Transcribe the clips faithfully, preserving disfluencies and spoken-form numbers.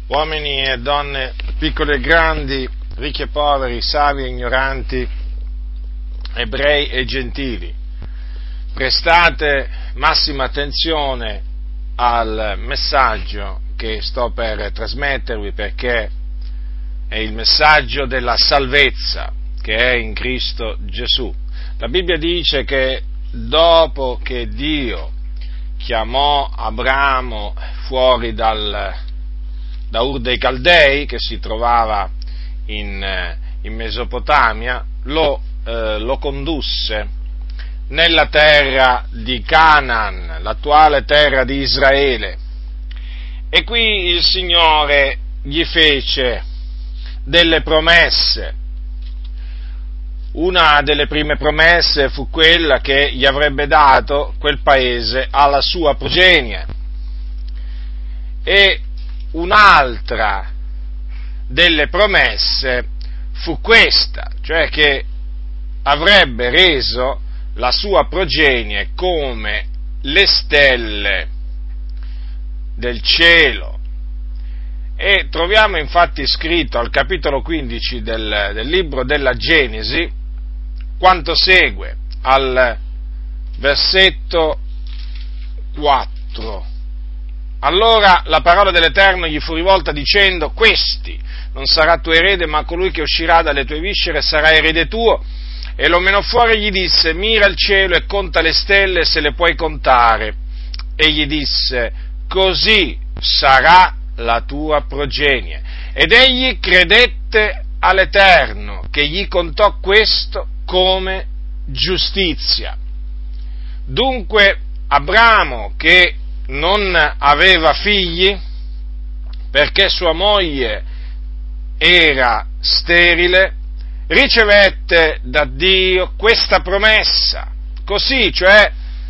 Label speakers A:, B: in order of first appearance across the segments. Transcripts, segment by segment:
A: uomini e donne, piccoli e grandi, ricchi e poveri, savi e ignoranti, ebrei e gentili, prestate massima attenzione al messaggio che sto per trasmettervi, perché è il messaggio della salvezza che è in Cristo Gesù. La Bibbia dice che dopo che Dio chiamò Abramo fuori dal, da Ur dei Caldei, che si trovava in, in Mesopotamia, lo, eh, lo condusse nella terra di Canaan, l'attuale terra di Israele, e qui il Signore gli fece delle promesse. Una delle prime promesse fu quella che gli avrebbe dato quel paese alla sua progenie, e un'altra delle promesse fu questa, cioè che avrebbe reso la sua progenie come le stelle del cielo. E troviamo infatti scritto al capitolo quindici del, del libro della Genesi quanto segue, al versetto quattro. Allora la parola dell'Eterno gli fu rivolta dicendo: questi non sarà tuo erede, ma colui che uscirà dalle tue viscere sarà erede tuo. E lo menò fuori e gli disse: mira il cielo e conta le stelle, se le puoi contare. E gli disse: così sarà la tua progenie. Ed egli credette all'Eterno, che gli contò questo come giustizia. Dunque Abramo, che non aveva figli, perché sua moglie era sterile, ricevette da Dio questa promessa, così, cioè,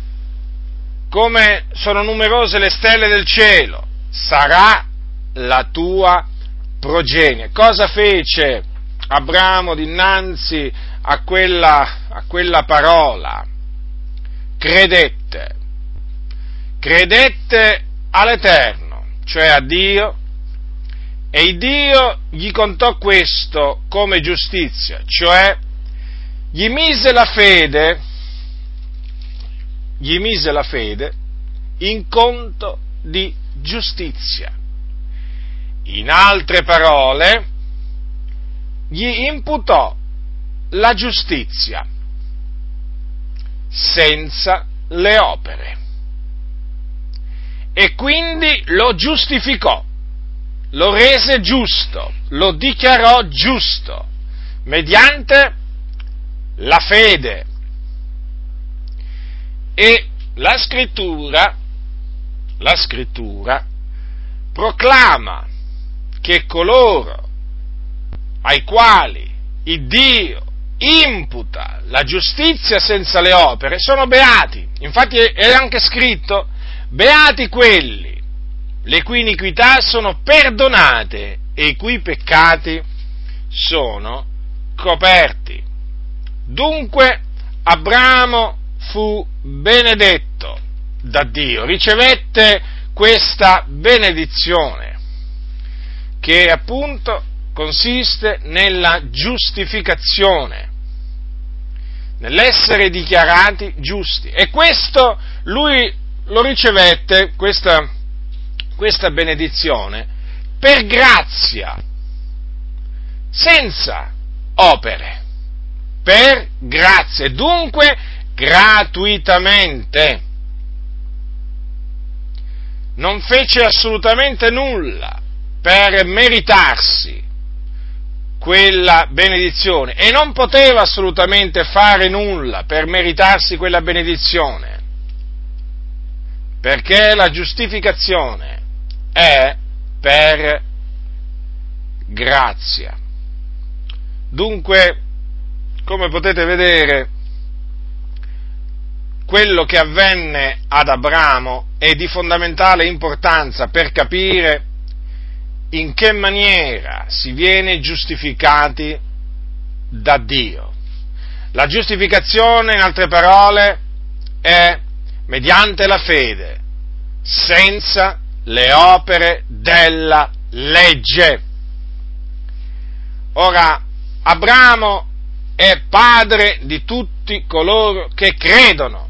A: come sono numerose le stelle del cielo, sarà la tua progenie. Cosa fece Abramo dinanzi a quella, a quella parola? Credette, credette all'Eterno, cioè a Dio, e il Dio gli contò questo come giustizia, cioè gli mise la fede, gli mise la fede in conto di giustizia. In altre parole, gli imputò la giustizia senza le opere, e quindi lo giustificò, lo rese giusto, lo dichiarò giusto, mediante la fede. E la scrittura, la scrittura proclama che coloro ai quali il Dio imputa la giustizia senza le opere sono beati. Infatti è anche scritto: beati quelli le cui iniquità sono perdonate e i cui peccati sono coperti. Dunque Abramo fu benedetto da Dio, ricevette questa benedizione, che appunto consiste nella giustificazione, nell'essere dichiarati giusti. E questo lui lo ricevette, questa, questa benedizione, per grazia, senza opere, per grazia, e dunque gratuitamente. Non fece assolutamente nulla per meritarsi quella benedizione, e non poteva assolutamente fare nulla per meritarsi quella benedizione, perché la giustificazione è per grazia. Dunque, come potete vedere, quello che avvenne ad Abramo è di fondamentale importanza per capire in che maniera si viene giustificati da Dio. La giustificazione, in altre parole, è mediante la fede, senza le opere della legge. Ora, Abramo è padre di tutti coloro che credono,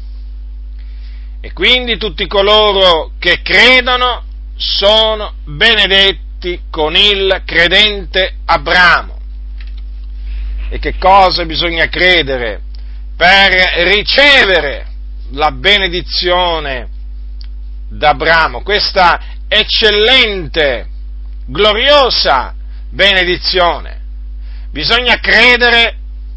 A: e quindi tutti coloro che credono sono benedetti con il credente Abramo. E che cosa bisogna credere per ricevere la benedizione d'Abramo, questa eccellente, gloriosa benedizione? Bisogna credere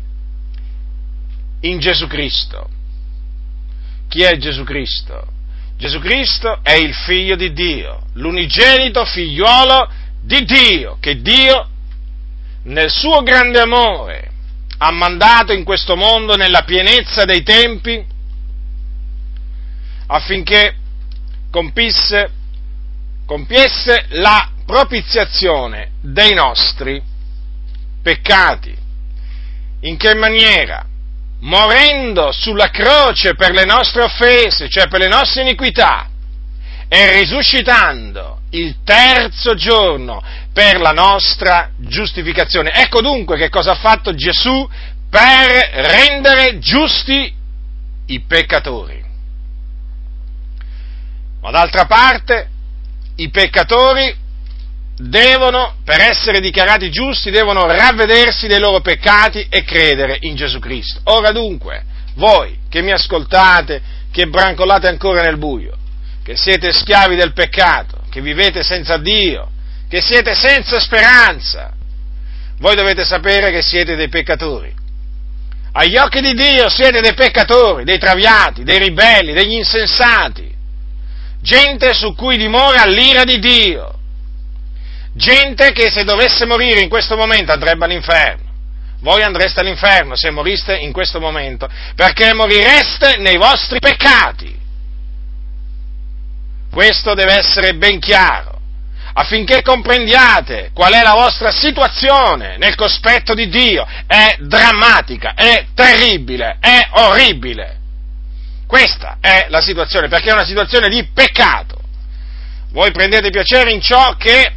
A: in Gesù Cristo. Chi è Gesù Cristo? Gesù Cristo è il Figlio di Dio, l'unigenito figliuolo di Dio, che Dio, nel suo grande amore, ha mandato in questo mondo nella pienezza dei tempi, affinché compisse, compiesse la propiziazione dei nostri peccati. In che maniera? Morendo sulla croce per le nostre offese, cioè per le nostre iniquità, e risuscitando il terzo giorno per la nostra giustificazione. Ecco dunque che cosa ha fatto Gesù per rendere giusti i peccatori. Ma d'altra parte, i peccatori devono, per essere dichiarati giusti, devono ravvedersi dei loro peccati e credere in Gesù Cristo. Ora dunque, voi che mi ascoltate, che brancolate ancora nel buio, che siete schiavi del peccato, che vivete senza Dio, che siete senza speranza, voi dovete sapere che siete dei peccatori. Agli occhi di Dio siete dei peccatori, dei traviati, dei ribelli, degli insensati, gente su cui dimora l'ira di Dio, gente che se dovesse morire in questo momento andrebbe all'inferno. Voi andreste all'inferno se moriste in questo momento, perché morireste nei vostri peccati. Questo deve essere ben chiaro, affinché comprendiate qual è la vostra situazione nel cospetto di Dio. È drammatica, è terribile, è orribile. Questa è la situazione, perché è una situazione di peccato. Voi prendete piacere in ciò che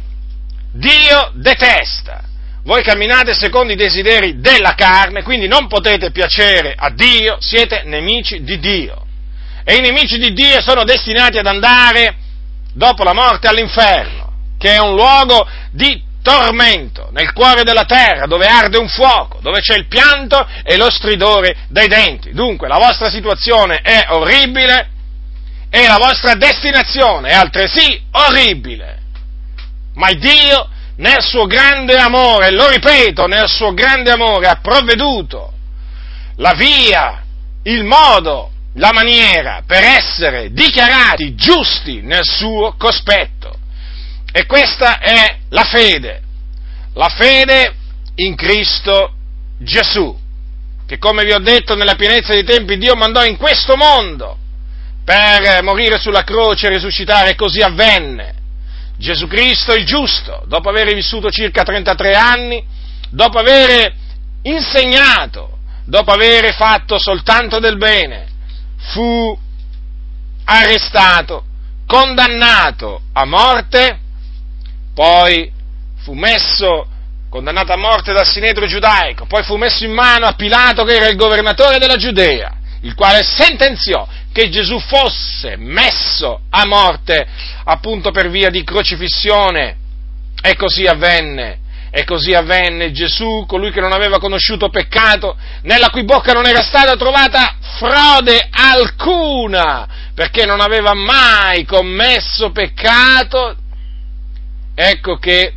A: Dio detesta. Voi camminate secondo i desideri della carne, quindi non potete piacere a Dio, siete nemici di Dio. E i nemici di Dio sono destinati ad andare dopo la morte all'inferno, che è un luogo di tormento nel cuore della terra, dove arde un fuoco, dove c'è il pianto e lo stridore dei denti. Dunque la vostra situazione è orribile e la vostra destinazione è altresì orribile. Ma Dio, nel suo grande amore, lo ripeto, nel suo grande amore ha provveduto la via, il modo, la maniera per essere dichiarati giusti nel suo cospetto. E questa è la fede, la fede in Cristo Gesù, che, come vi ho detto, nella pienezza dei tempi Dio mandò in questo mondo per morire sulla croce e risuscitare, e così avvenne. Gesù Cristo il giusto, dopo aver vissuto circa trentatré anni, dopo aver insegnato, dopo aver fatto soltanto del bene, fu arrestato, condannato a morte, poi fu messo, condannato a morte dal Sinedrio giudaico, poi fu messo in mano a Pilato, che era il governatore della Giudea, il quale sentenziò che Gesù fosse messo a morte appunto per via di crocifissione, e così avvenne. E così avvenne. Gesù, colui che non aveva conosciuto peccato, nella cui bocca non era stata trovata frode alcuna, perché non aveva mai commesso peccato, ecco che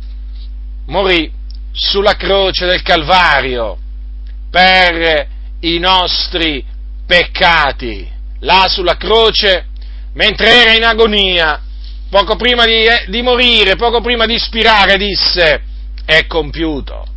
A: morì sulla croce del Calvario per i nostri peccati. Là sulla croce, mentre era in agonia, poco prima di, eh, di morire, poco prima di spirare, disse: è compiuto.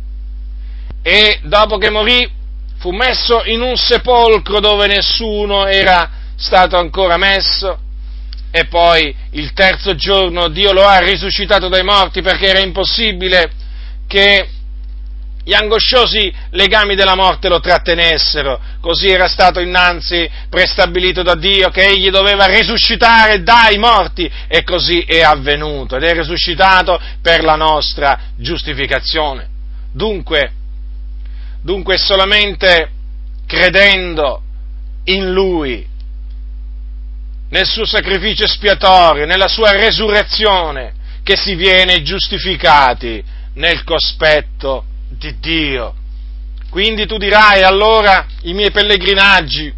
A: E dopo che morì fu messo in un sepolcro dove nessuno era stato ancora messo, e poi il terzo giorno Dio lo ha risuscitato dai morti, perché era impossibile che gli angosciosi legami della morte lo trattenessero, così era stato innanzi prestabilito da Dio che egli doveva risuscitare dai morti, e così è avvenuto, ed è risuscitato per la nostra giustificazione. Dunque, dunque solamente credendo in Lui, nel suo sacrificio espiatorio, nella sua resurrezione, che si viene giustificati nel cospetto di Dio. Quindi tu dirai: allora i miei pellegrinaggi,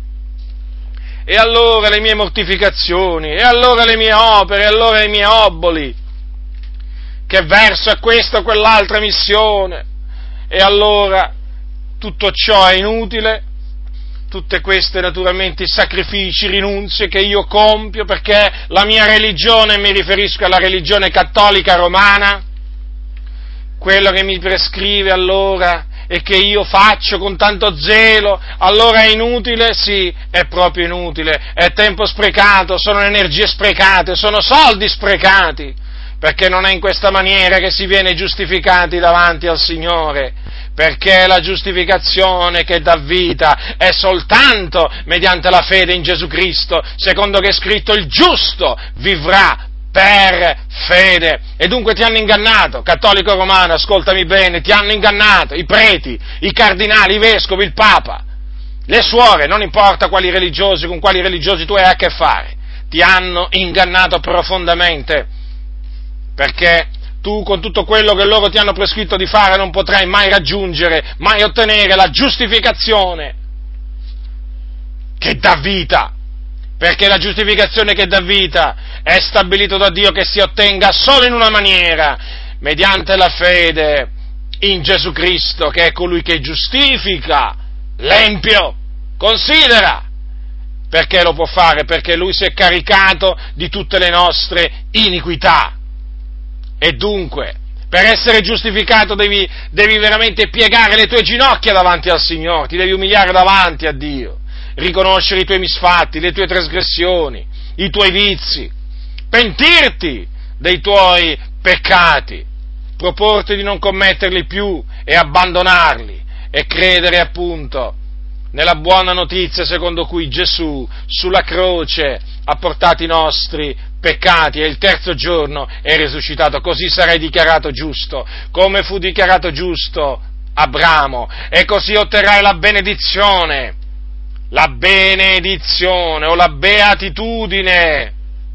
A: e allora le mie mortificazioni, e allora le mie opere, e allora i miei obboli, che verso a questa o quell'altra missione, e allora tutto ciò è inutile. Tutte queste naturalmente sacrifici, rinunzie che io compio perché la mia religione, mi riferisco alla religione cattolica romana, quello che mi prescrive allora e che io faccio con tanto zelo, allora è inutile? Sì, è proprio inutile, è tempo sprecato, sono energie sprecate, sono soldi sprecati, perché non è in questa maniera che si viene giustificati davanti al Signore, perché la giustificazione che dà vita è soltanto mediante la fede in Gesù Cristo, secondo che è scritto: il giusto vivrà per fede. E dunque ti hanno ingannato, cattolico romano, ascoltami bene, ti hanno ingannato i preti, i cardinali, i vescovi, il Papa, le suore, non importa quali religiosi, con quali religiosi tu hai a che fare, ti hanno ingannato profondamente, perché tu con tutto quello che loro ti hanno prescritto di fare non potrai mai raggiungere, mai ottenere la giustificazione che dà vita, perché la giustificazione che dà vita è stabilito da Dio che si ottenga solo in una maniera, mediante la fede in Gesù Cristo, che è colui che giustifica l'empio. Considera, perché lo può fare? Perché Lui si è caricato di tutte le nostre iniquità. E dunque, per essere giustificato devi, devi veramente piegare le tue ginocchia davanti al Signore, ti devi umiliare davanti a Dio, riconoscere i tuoi misfatti, le tue trasgressioni, i tuoi vizi, pentirti dei tuoi peccati, proporti di non commetterli più e abbandonarli, e credere appunto nella buona notizia secondo cui Gesù sulla croce ha portato i nostri peccati e il terzo giorno è risuscitato. Così sarai dichiarato giusto, come fu dichiarato giusto Abramo, e così otterrai la benedizione, la benedizione o la beatitudine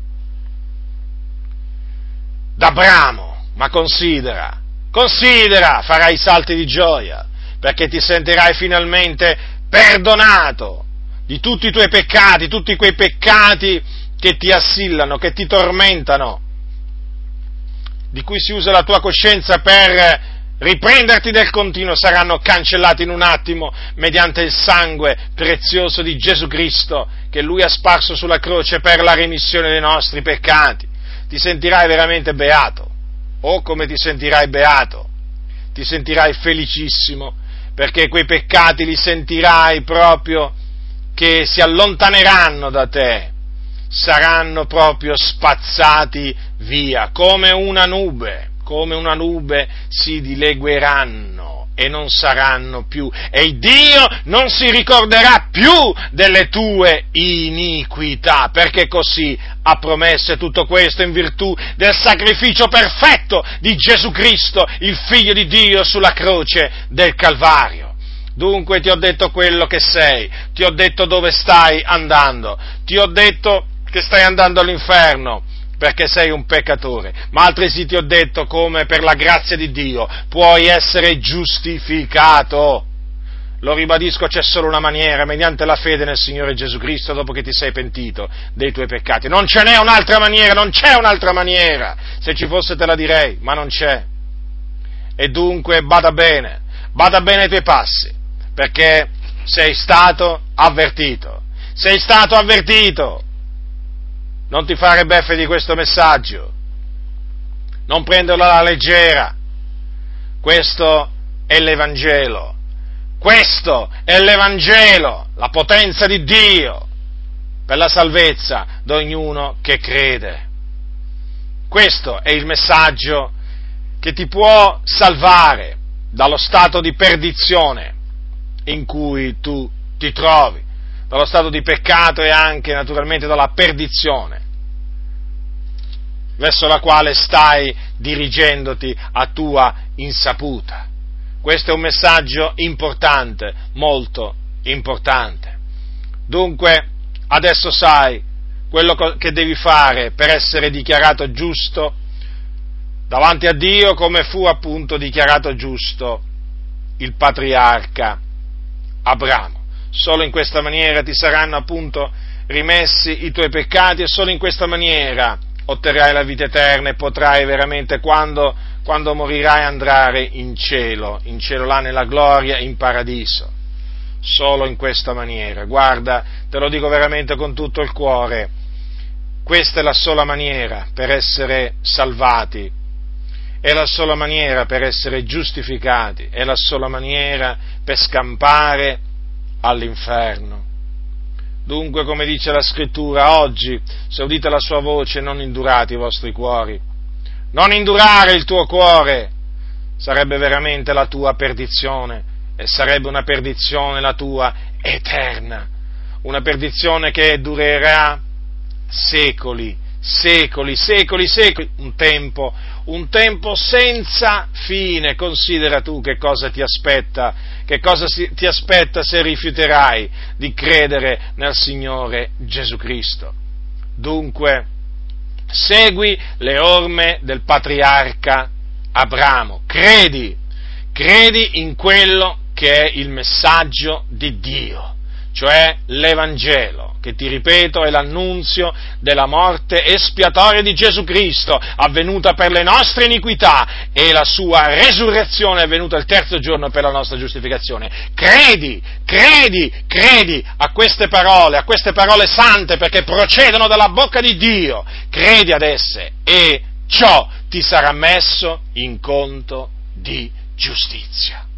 A: d'Abramo. Ma considera, considera, farai salti di gioia, perché ti sentirai finalmente perdonato di tutti i tuoi peccati, tutti quei peccati che ti assillano, che ti tormentano, di cui si usa la tua coscienza per riprenderti del continuo, saranno cancellati in un attimo mediante il sangue prezioso di Gesù Cristo, che Lui ha sparso sulla croce per la remissione dei nostri peccati. Ti sentirai veramente beato. Oh, come ti sentirai beato! Ti sentirai felicissimo, perché quei peccati li sentirai proprio che si allontaneranno da te, saranno proprio spazzati via, come una nube, come una nube si dilegueranno e non saranno più, e Dio non si ricorderà più delle tue iniquità, perché così ha promesso, e tutto questo in virtù del sacrificio perfetto di Gesù Cristo, il Figlio di Dio, sulla croce del Calvario. Dunque ti ho detto quello che sei, ti ho detto dove stai andando, ti ho detto che stai andando all'inferno perché sei un peccatore, ma altresì ti ho detto come per la grazia di Dio puoi essere giustificato. Lo ribadisco, c'è solo una maniera, mediante la fede nel Signore Gesù Cristo, dopo che ti sei pentito dei tuoi peccati. Non ce n'è un'altra maniera, non c'è un'altra maniera. Se ci fosse te la direi, ma non c'è. E dunque bada bene, bada bene ai tuoi passi, perché sei stato avvertito, sei stato avvertito. Non ti fare beffe di questo messaggio, non prenderlo alla leggera. Questo è l'Evangelo, questo è l'Evangelo, la potenza di Dio per la salvezza di ognuno che crede. Questo è il messaggio che ti può salvare, dallo stato di perdizione in cui tu ti trovi, dallo stato di peccato e anche naturalmente dalla perdizione verso la quale stai dirigendoti a tua insaputa. Questo è un messaggio importante, molto importante. Dunque, adesso sai quello che devi fare per essere dichiarato giusto davanti a Dio, come fu appunto dichiarato giusto il patriarca Abramo. Solo in questa maniera ti saranno appunto rimessi i tuoi peccati e solo in questa maniera otterrai la vita eterna e potrai veramente, quando, quando morirai, andare in cielo, in cielo là nella gloria, in paradiso. Solo in questa maniera. Guarda, te lo dico veramente con tutto il cuore, questa è la sola maniera per essere salvati, è la sola maniera per essere giustificati, è la sola maniera per scampare all'inferno. Dunque, come dice la Scrittura, oggi, se udite la sua voce, non indurate i vostri cuori. Non indurare il tuo cuore, sarebbe veramente la tua perdizione, e sarebbe una perdizione la tua eterna, una perdizione che durerà secoli, secoli, secoli, secoli, un tempo, un tempo senza fine. Considera tu che cosa ti aspetta, che cosa si, ti aspetta se rifiuterai di credere nel Signore Gesù Cristo. Dunque, segui le orme del patriarca Abramo, credi, credi in quello che è il messaggio di Dio, cioè l'Evangelo, che ti ripeto è l'annunzio della morte espiatoria di Gesù Cristo, avvenuta per le nostre iniquità, e la sua resurrezione avvenuta il terzo giorno per la nostra giustificazione. Credi, credi, credi a queste parole, a queste parole sante, perché procedono dalla bocca di Dio, credi ad esse e ciò ti sarà messo in conto di giustizia.